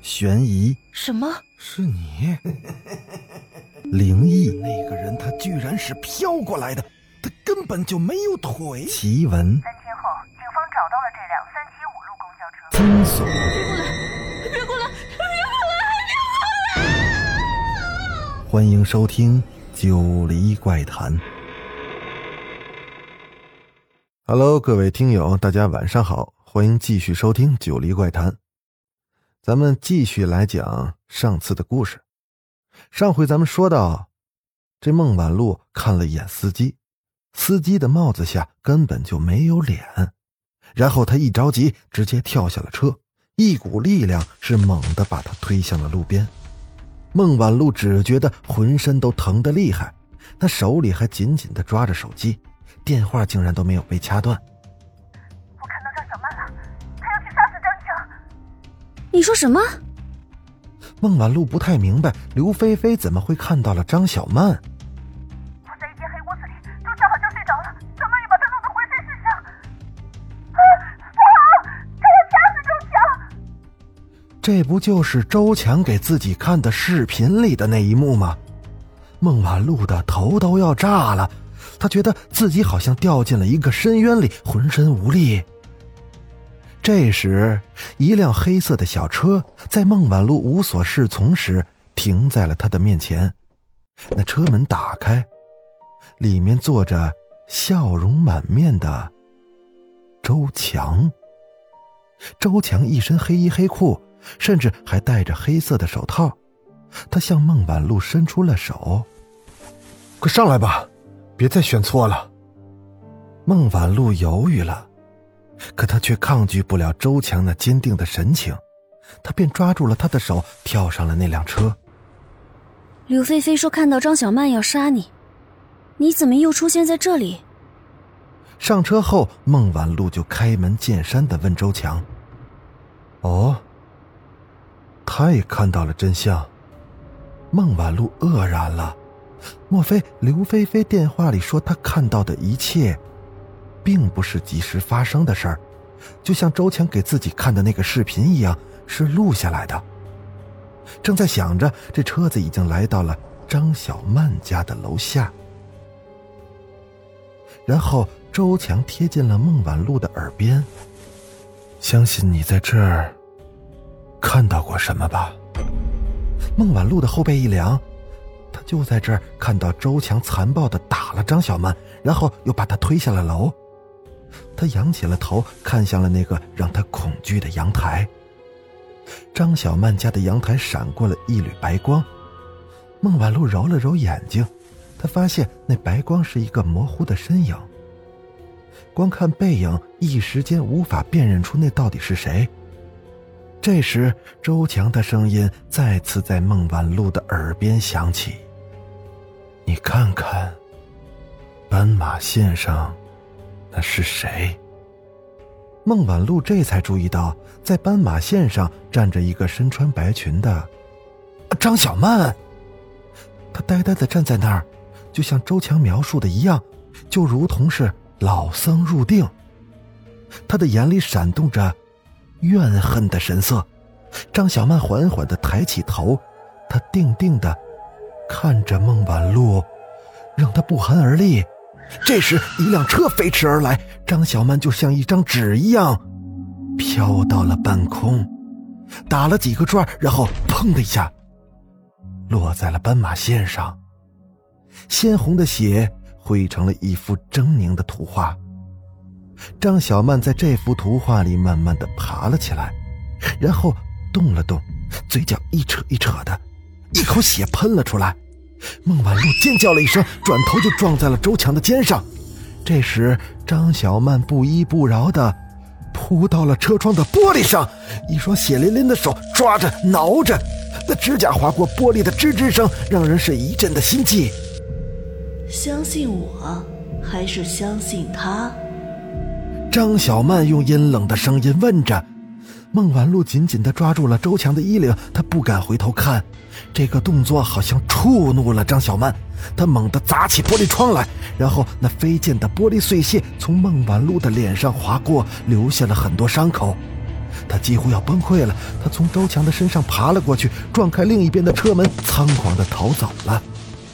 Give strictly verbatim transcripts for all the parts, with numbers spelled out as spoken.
悬疑， 什么？ 是你？ 灵异， 那个人他居然是飘过来的，他根本就没有腿。 奇闻， 三天后，警方找到了这辆三七五路公交车。 惊悚， 别过来！别过来！别过来！别过来！ 欢迎收听九黎怪谈。Hello， 各位听友，大家晚上好，欢迎继续收听九黎怪谈。咱们继续来讲上次的故事。上回咱们说到，这孟晚路看了一眼司机，司机的帽子下根本就没有脸，然后他一着急直接跳下了车，一股力量是猛地把他推向了路边。孟晚路只觉得浑身都疼得厉害，他手里还紧紧地抓着手机，电话竟然都没有被掐断。 我看到张小曼了，她要去杀死张强。 你说什么？ 孟晚路不太明白刘菲菲怎么会看到了张小曼。 我在一间黑屋子里，周强好像睡着了，小曼也把他弄得浑身是伤。啊，不好，他要掐死周强！ 这不就是周强给自己看的视频里的那一幕吗？孟晚路的头都要炸了，他觉得自己好像掉进了一个深渊里，浑身无力。这时，一辆黑色的小车在孟晚路无所适从时停在了他的面前。那车门打开，里面坐着笑容满面的周强。周强一身黑衣黑裤，甚至还戴着黑色的手套。他向孟晚路伸出了手：“ 快上来吧，别再选错了。” 孟晚路犹豫了，可他却抗拒不了周强那坚定的神情，他便抓住了他的手，跳上了那辆车。 刘菲菲说看到张小曼要杀你，你怎么又出现在这里？ 上车后，孟晚路就开门见山地问周强：“哦，他也看到了真相？”孟晚路愕然了，莫非刘菲菲电话里说她看到的一切并不是即时发生的事儿，就像周强给自己看的那个视频一样，是录下来的。正在想着，这车子已经来到了张小曼家的楼下。然后周强贴近了孟晚路的耳边：“相信你在这儿看到过什么吧？”孟晚路的后背一凉，他就在这儿看到周强残暴地打了张小曼，然后又把她推下了楼。他仰起了头，看向了那个让他恐惧的阳台。张小曼家的阳台闪过了一缕白光，孟晚路揉了揉眼睛，他发现那白光是一个模糊的身影，光看背影一时间无法辨认出那到底是谁。这时周强的声音再次在孟晚路的耳边响起：“你看看，斑马线上那是谁？”孟晚路这才注意到，在斑马线上站着一个身穿白裙的张小曼。她呆呆地站在那儿，就像周强描述的一样，就如同是老僧入定。她的眼里闪动着怨恨的神色。张小曼缓缓地抬起头，她定定地看着孟晚路，让她不寒而栗。这时一辆车飞驰而来，张小曼就像一张纸一样飘到了半空，打了几个转，然后砰的一下落在了斑马线上。鲜红的血绘成了一幅狰狞的图画。张小曼在这幅图画里慢慢地爬了起来，然后动了动，嘴角一扯一扯的，一口血喷了出来。孟晚路尖叫了一声，转头就撞在了周强的肩上。这时张小曼不依不饶地扑到了车窗的玻璃上，一双血淋淋的手抓着挠着，那指甲划过玻璃的吱吱声让人是一阵的心悸。 相信我还是相信他？ 张小曼用阴冷的声音问着。孟晚路紧紧地抓住了周强的衣领，他不敢回头看，这个动作好像触怒了张小曼，他猛地砸起玻璃窗来，然后那飞溅的玻璃碎屑从孟晚路的脸上划过，留下了很多伤口。 他几乎要崩溃了。他从周强的身上爬了过去，撞开另一边的车门，仓皇地逃走了。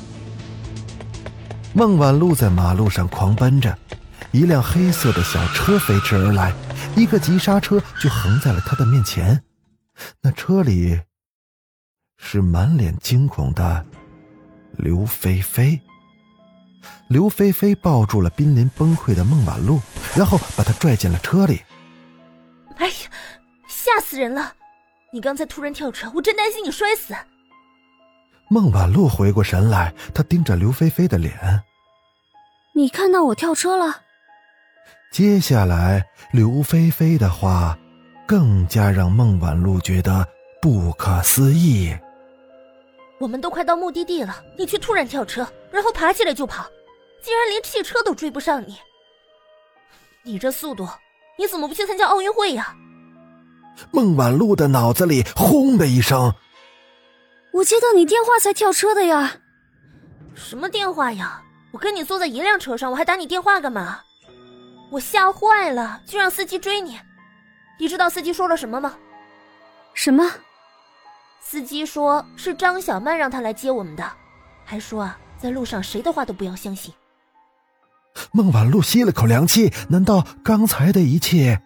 孟晚路在马路上狂奔着，一辆黑色的小车飞驰而来，一个急刹车就横在了他的面前。那车里是满脸惊恐的刘菲菲。刘菲菲抱住了濒临崩溃的孟晚路，然后把她拽进了车里。 哎呀，吓死人了！你刚才突然跳车，我真担心你摔死。 孟晚路回过神来，她盯着刘菲菲的脸。 你看到我跳车了？ 接下来刘菲菲的话更加让孟晚路觉得不可思议。 我们都快到目的地了，你却突然跳车，然后爬起来就跑，竟然连汽车都追不上你。你这速度，你怎么不去参加奥运会呀？ 孟晚路的脑子里轰的一声， 我接到你电话才跳车的呀。 什么电话呀？我跟你坐在一辆车上，我还打你电话干嘛？我吓坏了，就让司机追你。你知道司机说了什么吗？ 什么？ 司机说是张小曼让他来接我们的，还说啊，在路上谁的话都不要相信。 孟晚路吸了口凉气，难道刚才的一切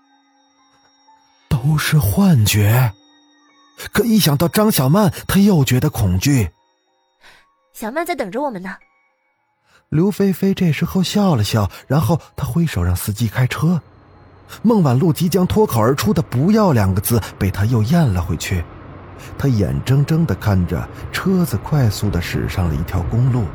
都是幻觉？可一想到张小曼，他又觉得恐惧。 小曼在等着我们呢。 刘菲菲这时候笑了笑，然后她挥手让司机开车。孟晚路即将脱口而出的不要两个字被他又咽了回去。他眼睁睁地看着车子快速地驶上了一条公路。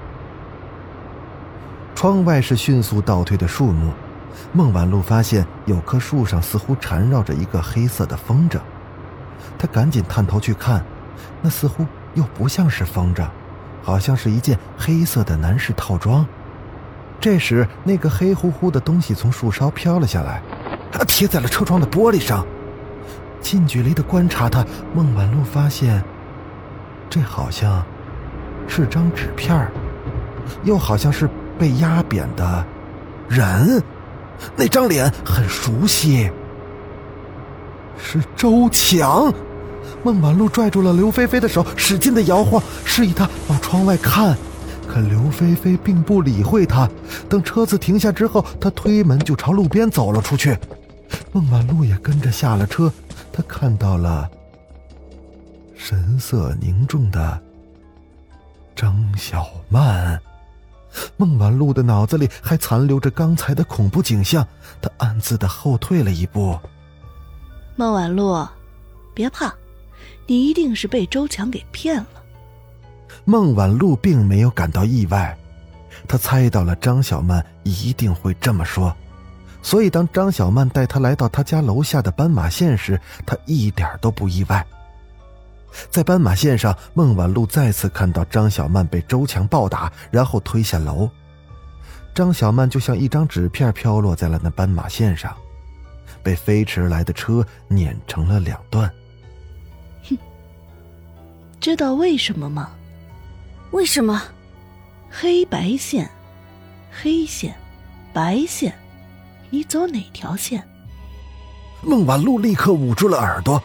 窗外是迅速倒退的树木，孟晚路发现有棵树上似乎缠绕着一个黑色的风筝。他赶紧探头去看，那似乎又不像是风筝，好像是一件黑色的男士套装。这时那个黑乎乎的东西从树梢飘了下来，贴在了车窗的玻璃上。近距离的观察它，孟晚路发现这好像是张纸片，又好像是被压扁的人。那张脸很熟悉，是周强。孟晚路拽住了刘菲菲的手，使劲的摇晃，示意她往窗外看。可刘菲菲并不理会他。等车子停下之后，他推门就朝路边走了出去。孟晚路也跟着下了车，他看到了神色凝重的张小曼。孟晚路的脑子里还残留着刚才的恐怖景象，他暗自的后退了一步。 孟晚路，别怕，你一定是被周强给骗了。 孟晚路并没有感到意外，他猜到了张小曼一定会这么说，所以当张小曼带他来到他家楼下的斑马线时，他一点都不意外。在斑马线上，孟晚路再次看到张小曼被周强暴打，然后推下楼。张小曼就像一张纸片飘落在了那斑马线上，被飞驰来的车碾成了两段。 哼，知道为什么吗？ 为什么？ 黑白线，黑线，白线，你走哪条线？ 孟晚路立刻捂住了耳朵。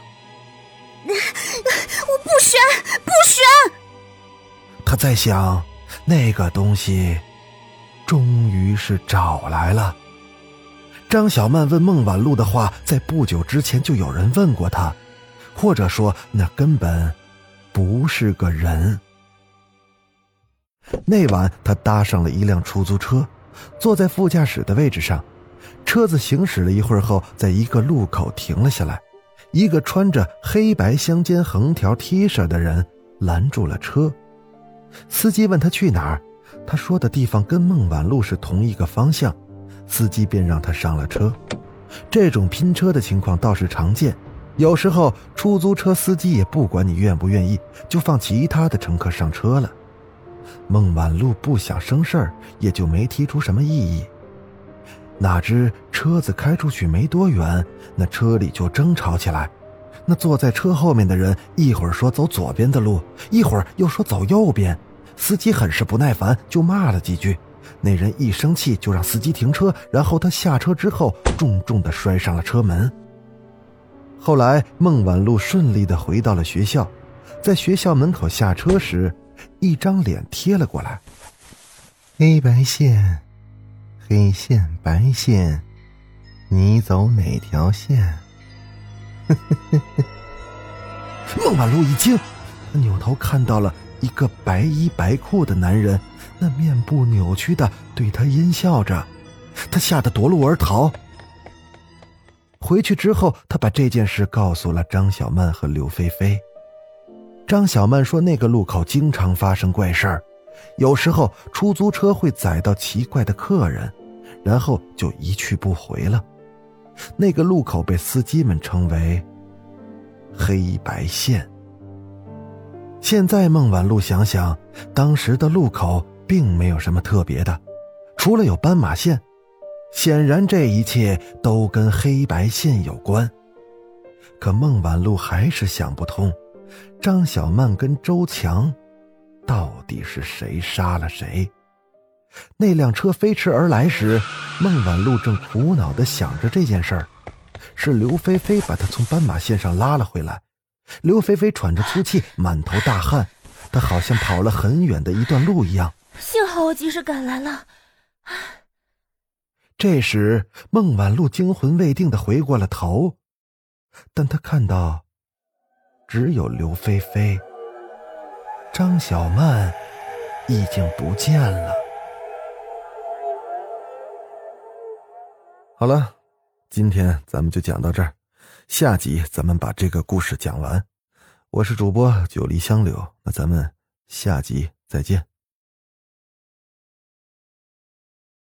我不选，不选！ 他在想，那个东西终于是找来了。张小曼问孟晚路的话，在不久之前就有人问过他，或者说那根本不是个人。那晚他搭上了一辆出租车，坐在副驾驶的位置上。车子行驶了一会儿后，在一个路口停了下来。一个穿着黑白相间横条 T 恤的人拦住了车。司机问他去哪儿，他说的地方跟孟晚路是同一个方向，司机便让他上了车。这种拼车的情况倒是常见，有时候出租车司机也不管你愿不愿意，就放其他的乘客上车了。孟晚路不想生事儿，也就没提出什么异议。哪知车子开出去没多远，那车里就争吵起来。那坐在车后面的人一会儿说走左边的路，一会儿又说走右边。司机很是不耐烦，就骂了几句。那人一生气就让司机停车，然后他下车之后重重地摔上了车门。 后来孟晚路顺利地回到了学校，在学校门口下车时，一张脸贴了过来。黑白线，黑线白线，你走哪条线？孟晚路一惊，他扭头看到了一个白衣白裤的男人，那面部扭曲的对他阴笑着，他吓得夺路而逃。回去之后，他把这件事告诉了张小曼和刘菲菲。张小曼说那个路口经常发生怪事儿，有时候出租车会载到奇怪的客人，然后就一去不回了。那个路口被司机们称为黑白线。现在孟晚路想想，当时的路口并没有什么特别的，除了有斑马线，显然这一切都跟黑白线有关。可孟晚路还是想不通，张小曼跟周强到底是谁杀了谁？那辆车飞驰而来时，孟晚路正苦恼地想着这件事儿，是刘菲菲把她从斑马线上拉了回来。刘菲菲喘着粗气，满头大汗，她好像跑了很远的一段路一样。 幸好我及时赶来了。 这时孟晚路惊魂未定地回过了头，但她看到只有刘菲菲，张小曼已经不见了。好了，今天咱们就讲到这儿，下集咱们把这个故事讲完。我是主播九黎香柳，那咱们下集再见。